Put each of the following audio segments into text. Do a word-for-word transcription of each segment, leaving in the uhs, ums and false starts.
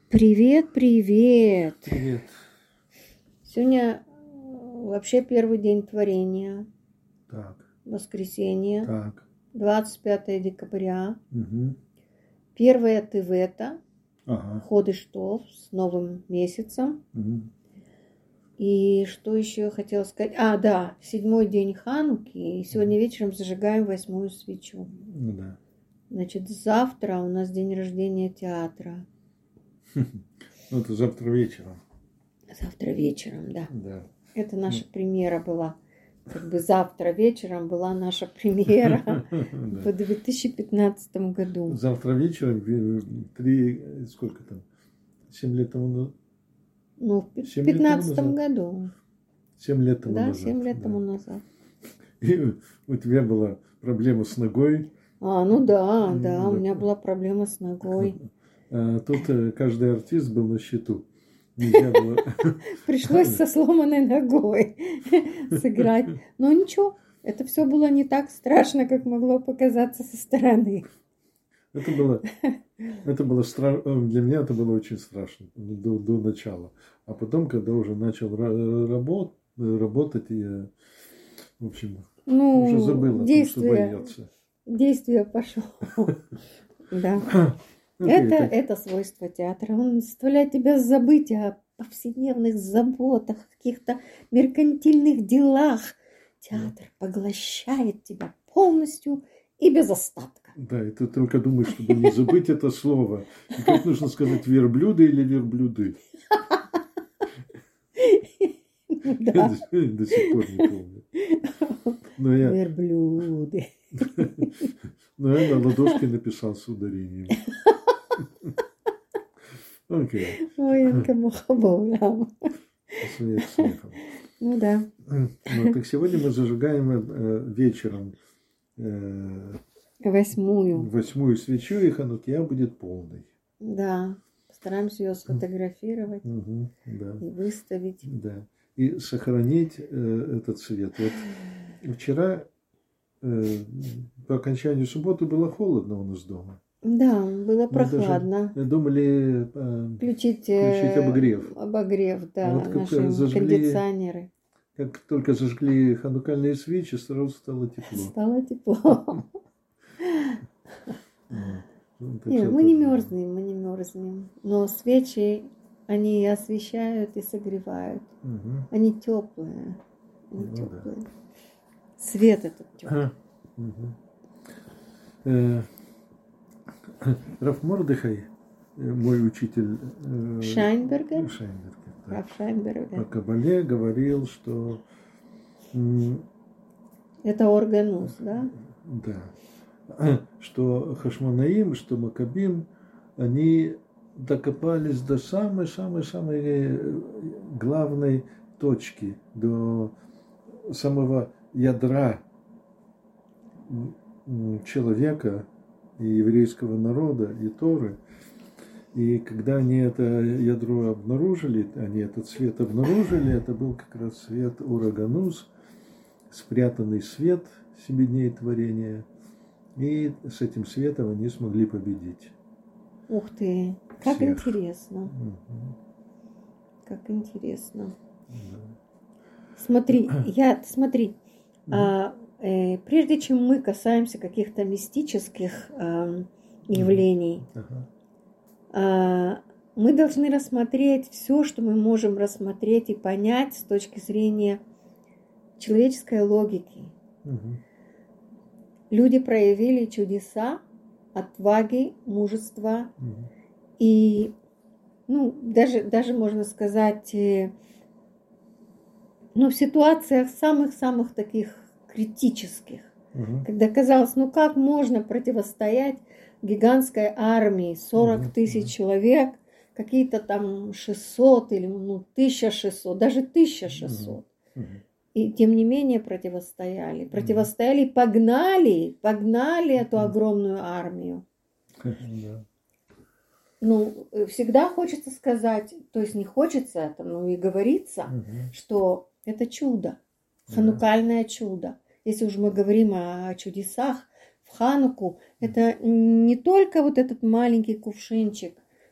Привет, привет. Привет. Сегодня э, вообще первый день творения. Так, Воскресенье, так. двадцать пятое декабря. Угу. Первая Тывета, Ага. Ходыш-тов, с новым месяцем. Угу. И что еще я хотела сказать? А, да, седьмой день Хануки. И сегодня вечером зажигаем восьмую свечу. Ну да. Значит, завтра у нас день рождения театра. Ну, это завтра вечером. Завтра вечером, да. Да. Это наша премьера была. Как бы завтра вечером была наша премьера в две тысячи пятнадцатом году. Завтра вечером, э, три, сколько там, семь лет тому назад? Ну, в Семь лет тому пятнадцатом назад. году. Семь лет тому Да, назад. семь лет да. тому назад. И у тебя была проблема с ногой. А, ну да, Ну, да, у да. меня была проблема с ногой. А тут э, каждый артист был на счету. Нельзя было... Пришлось со сломанной ногой сыграть. Но ничего, это все было не так страшно, как могло показаться со стороны. Это было, это было стра... для меня это было очень страшно до, до начала. А потом, когда уже начал ра- работ... работать, я, в общем, Ну, уже забыл о том, что действие, бояться. действие пошло. Да. Окей, Это, так. это свойство театра. Он заставляет тебя забыть о повседневных заботах, каких-то меркантильных делах. Театр поглощает тебя полностью и без остатка. Да, и ты только думаешь, чтобы не забыть это слово. И как нужно сказать, верблюды или верблюды? Да. Я до, до сих пор не помню. Но я, Верблюды. но я на ладошке написал с ударением. Окей. Ой, Янка Мухабовна. Смех смехом. Ну да. Ну, так сегодня мы зажигаем э, вечером э, Восьмую. восьмую свечу, и ханукия будет полной. Да. Постараемся ее сфотографировать Угу, да, и выставить. да. И сохранить э, этот свет. Вот вчера э, по окончанию субботы было холодно у нас дома. Да, было Мы прохладно. даже думали э, Включить, включить э, обогрев. Обогрев, да, А вот как наши зажгли- кондиционеры. Как только зажгли ханукальные свечи, сразу стало тепло. Стало тепло. Ну, так Нет, что мы не это- мерзнем, мы не мерзнем. Но свечи, они освещают и согревают. Мгм. Они теплые. Они Ну да. теплые. Свет этот теплый. Мгм. Э, Раф Мордехай, э, мой учитель э, Шайнбергер, Шайнбергер, да, Раф по Шайнбергер. Кабале говорил, что м, Это органус, да? да, что Хашмонаим, что Макабим, они докопались до самой-самой-самой главной точки, до самого ядра м, человека и еврейского народа, и Торы. И когда они это ядро обнаружили, они этот свет обнаружили, это был как раз свет Ураганус, спрятанный свет семи дней творения. И с этим светом они смогли победить. Ух ты, как Всех. интересно, Мгм. как интересно. Да. Смотри, я, смотри, Мгм. а, э, прежде чем мы касаемся каких-то мистических а, явлений, Ага. а, мы должны рассмотреть все, что мы можем рассмотреть и понять с точки зрения человеческой логики. Мгм. Люди проявили чудеса, отваги, мужества Мгм. и, ну, даже, даже можно сказать, э, ну, в ситуациях самых-самых таких критических, Мгм. когда казалось, ну как можно противостоять гигантской армии, сорок Мгм. тысяч человек, какие-то там шестьсот или ну, тысяча шестьсот, даже тысяча шестьсот. Мгм. И тем не менее противостояли. Противостояли, погнали, погнали эту огромную армию. Да. Ну, всегда хочется сказать, то есть не хочется это, но и говорится, Мгм. что это чудо, Да. ханукальное чудо. Если уж мы говорим о чудесах в Хануку, это не только вот этот маленький кувшинчик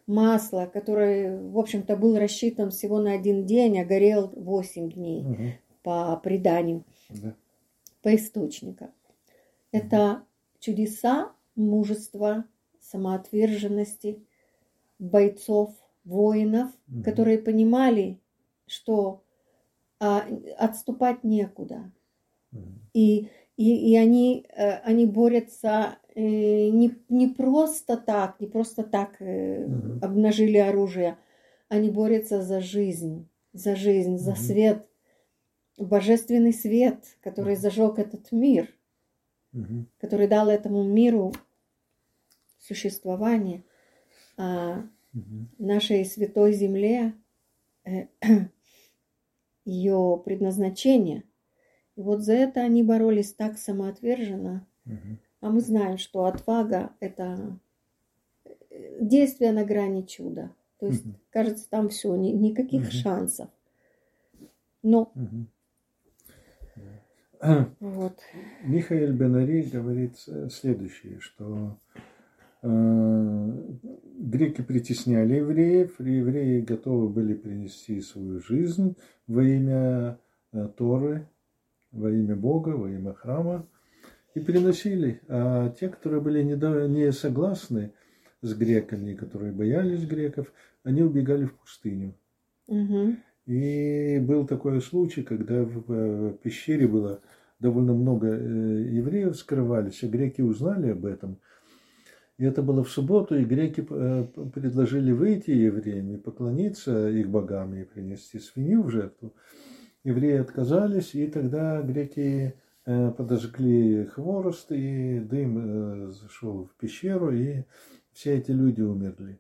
масла, который, в общем-то, был рассчитан всего на один день, а горел восемь дней Угу. по преданию, Да. по источникам. Это чудеса мужества, самоотверженности бойцов, воинов, Мгм. которые понимали, что а, отступать некуда. Мгм. И, и, и они, э, они борются э, не, не просто так, не просто так э, Мгм. обнажили оружие. Они борются за жизнь, за жизнь, за Мгм. свет, божественный свет, который Мгм. зажег этот мир, Мгм. который дал этому миру существование. А Мгм. нашей святой земле э, ее предназначение. И вот за это они боролись так самоотверженно. Мгм. А мы знаем, что отвага – это действие на грани чуда. То есть, Мгм. кажется, там все, ни, никаких Мгм. шансов. Но Мгм. Да. вот. Михаил Бен-Ари говорит э, следующее, что э, греки притесняли евреев, и евреи готовы были принести свою жизнь во имя э, Торы, во имя Бога, во имя храма, и приносили. А те, которые были недо- не согласны с греками, которые боялись греков, они убегали в пустыню. Угу. И был такой случай, когда в э, пещере было довольно много э, евреев скрывались, и греки узнали об этом. И это было в субботу, и греки э, предложили выйти евреям и поклониться их богам и принести свинью в жертву. Евреи отказались, и тогда греки э, подожгли хворост, и дым э, зашел в пещеру, и все эти люди умерли.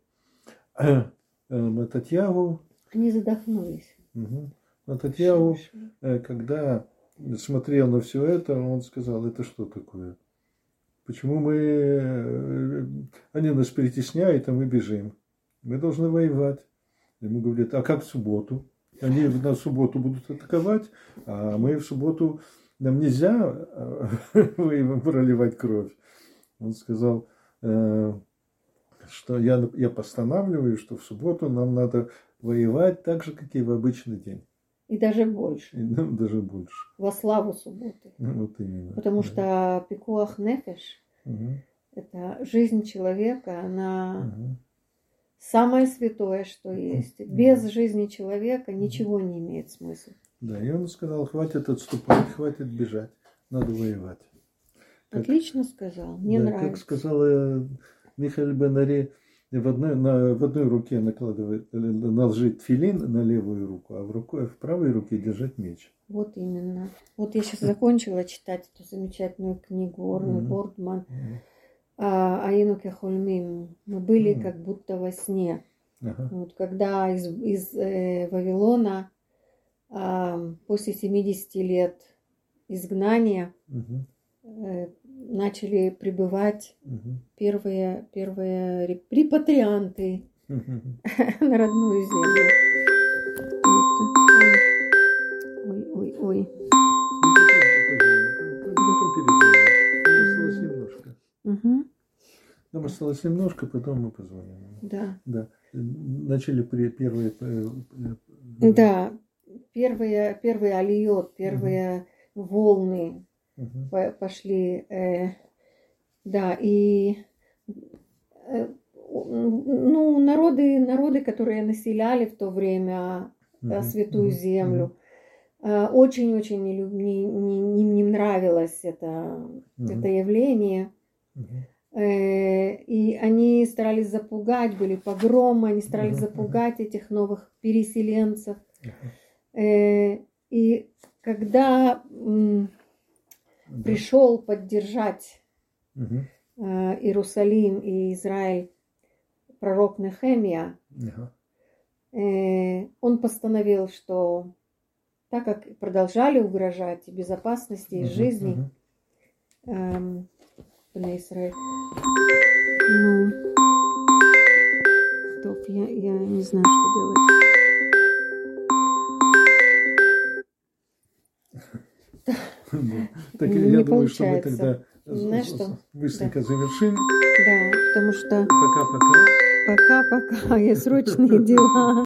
Мататьягу, Они задохнулись. угу. Мататьягу, Шим-шим. э, когда смотрел на все это, он сказал: это что такое? Почему мы... э, Они нас притесняют, а мы бежим. Мы должны воевать. Ему говорят: а как в субботу? Они на субботу будут атаковать, а мы в субботу... Нам нельзя э, проливать кровь. Он сказал, э, что я, я постанавливаю, что в субботу нам надо воевать так же, как и в обычный день. И даже больше. И, ну, даже больше. Во славу субботы. Ну, вот именно. Потому Да. что пикуах нефеш Угу. – это жизнь человека, она Угу. самое святое, что есть. Без жизни человека ничего не имеет смысла. Да, и он сказал: хватит отступать, хватит бежать, надо воевать. Как, Отлично сказал, мне да, нравится. как сказал Михаил Бен-Ари, в одной, на, в одной руке накладывает, наложить тфилин на левую руку, а в, руку, в правой руке держать меч. Вот именно. Вот я сейчас закончила читать эту замечательную книгу Орны Мгм. Бордман Мгм. Аину Кехольмим. Мы были Мгм. как будто во сне. Ага. Вот, когда из, из э, Вавилона а, после семидесяти лет изгнания Мгм. э, начали прибывать Мгм. первые, первые реп- репатрианты Мгм. на родную землю. Ой, ой, ой, ой. Потом перезвоним. Нам осталось немножко. Угу, Нам осталось немножко, потом мы позвоним. да. Да. Начали при, первые... э, э, Да, первые, первые алиот, первые волны Мгм. по- пошли. э, да, и э, ну, народы, народы, которые населяли в то время э, Мгм. Святую Мгм. Землю, э, очень-очень не, люб- не, не, не, не нравилось это, Мгм. это явление. Мгм. Э, И они старались запугать, были погромы, они старались Мгм. запугать этих новых переселенцев. Ага. Э, И когда м, Да. пришел поддержать Мгм. э, Иерусалим и Израиль пророк Нехемия, Ага. э, он постановил, что так как продолжали угрожать и безопасности, и Мгм. жизни Мгм. эм, Бней Исраэль, ну, стоп, я, я не знаю, что делать. Да. Так Не я думаю, что мы получается. тогда Знаешь что? быстренько завершим. Да, потому что Пока-пока. Пока-пока, я срочные дела.